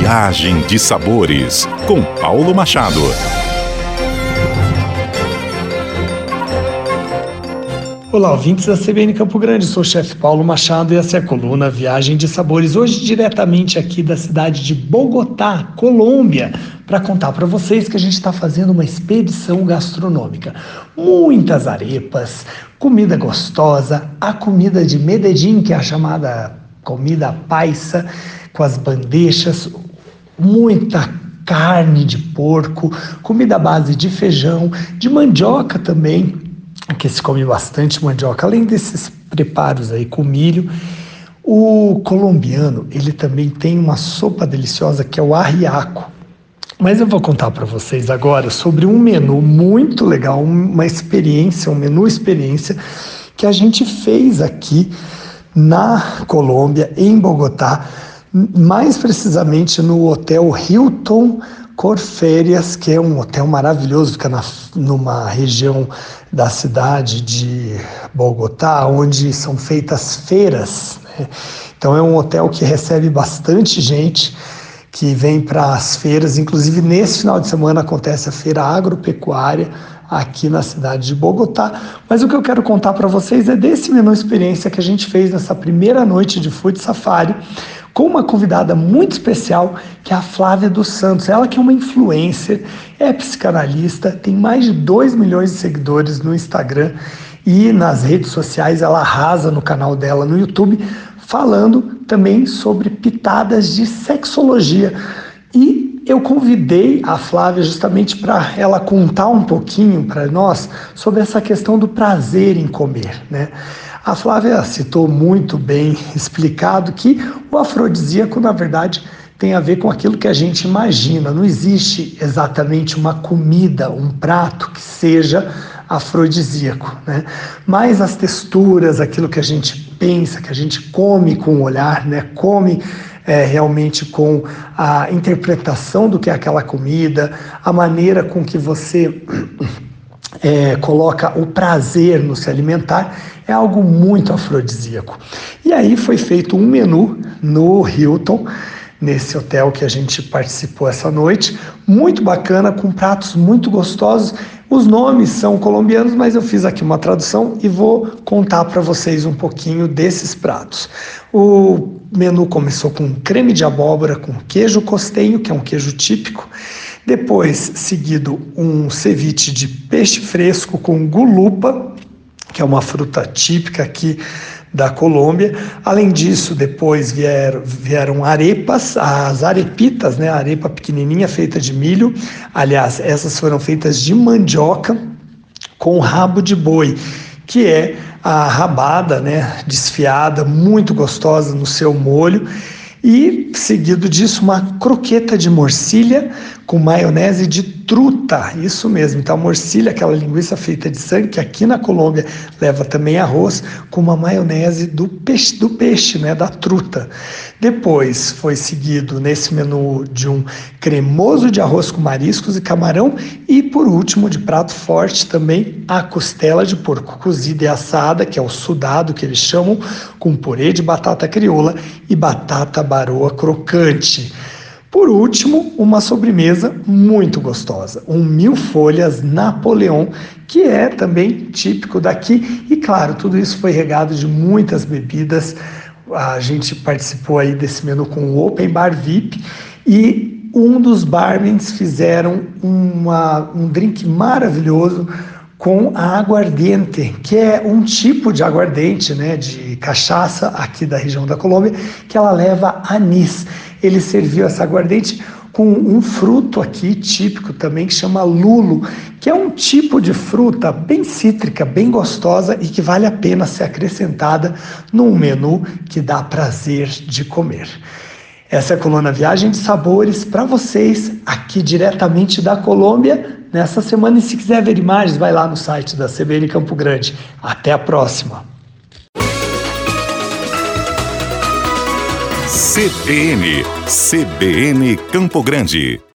Viagem de Sabores, com Paulo Machado. Olá, ouvintes da CBN Campo Grande, sou o chefe Paulo Machado e essa é a coluna Viagem de Sabores. Hoje, diretamente aqui da cidade de Bogotá, Colômbia, para contar para vocês que a gente está fazendo uma expedição gastronômica. Muitas arepas, comida gostosa, a comida de Medellín, que é a chamada comida paisa, com as bandejas, muita carne de porco, comida à base de feijão, de mandioca também, que se come bastante mandioca, além desses preparos aí com milho. O colombiano, ele também tem uma sopa deliciosa que é o ajiaco. Mas eu vou contar para vocês agora sobre um menu muito legal, uma experiência, um menu experiência que a gente fez aqui na Colômbia, em Bogotá, mais precisamente no Hotel Hilton Corferias, que é um hotel maravilhoso, fica numa região da cidade de Bogotá, onde são feitas feiras, né? Então é um hotel que recebe bastante gente que vem para as feiras. Inclusive nesse final de semana acontece a feira agropecuária aqui na cidade de Bogotá. Mas o que eu quero contar para vocês é desse menu experiência que a gente fez nessa primeira noite de Food Safari, com uma convidada muito especial, que é a Flávia dos Santos. Ela que é uma influencer, é psicanalista, tem mais de 2 milhões de seguidores no Instagram e nas redes sociais. Ela arrasa no canal dela no YouTube, falando também sobre pitadas de sexologia. E eu convidei a Flávia justamente para ela contar um pouquinho para nós sobre essa questão do prazer em comer, né? A Flávia citou muito bem explicado que o afrodisíaco, na verdade, tem a ver com aquilo que a gente imagina. Não existe exatamente uma comida, um prato que seja afrodisíaco, né? Mas as texturas, aquilo que a gente pensa, que a gente come com o olhar, né? Come realmente com a interpretação do que é aquela comida, a maneira com que você coloca o prazer no se alimentar, é algo muito afrodisíaco. E aí foi feito um menu no Hilton, nesse hotel que a gente participou essa noite, muito bacana, com pratos muito gostosos. Os nomes são colombianos, mas eu fiz aqui uma tradução e vou contar para vocês um pouquinho desses pratos. O menu começou com creme de abóbora com queijo costeño, que é um queijo típico. Depois, seguido, um ceviche de peixe fresco com gulupa, que é uma fruta típica aqui da Colômbia. Além disso, depois vieram arepas, as arepitas, né? A arepa pequenininha feita de milho. Aliás, essas foram feitas de mandioca com rabo de boi, que é a rabada, né? Desfiada, muito gostosa no seu molho. E, seguido disso, uma croqueta de morcilha com maionese de truta, isso mesmo. Então, a morcilha, aquela linguiça feita de sangue, que aqui na Colômbia leva também arroz, com uma maionese do peixe, né, da truta. Depois foi seguido nesse menu de um cremoso de arroz com mariscos e camarão. E, por último, de prato forte também, a costela de porco cozida e assada, que é o sudado que eles chamam, com purê de batata crioula e batata baroa crocante. Por último, uma sobremesa muito gostosa, um 1000 folhas Napoleão, que é também típico daqui. E claro, tudo isso foi regado de muitas bebidas. A gente participou aí desse menu com o Open Bar VIP e um dos barmans fizeram um drink maravilhoso com a aguardiente, que é um tipo de aguardente, né, de cachaça aqui da região da Colômbia, que ela leva anis. Ele serviu essa aguardente com um fruto aqui típico também que chama lulo, que é um tipo de fruta bem cítrica, bem gostosa e que vale a pena ser acrescentada num menu que dá prazer de comer. Essa é a coluna Viagem de Sabores para vocês, aqui diretamente da Colômbia, nessa semana. E se quiser ver imagens, vai lá no site da CBN Campo Grande. Até a próxima! CBN Campo Grande.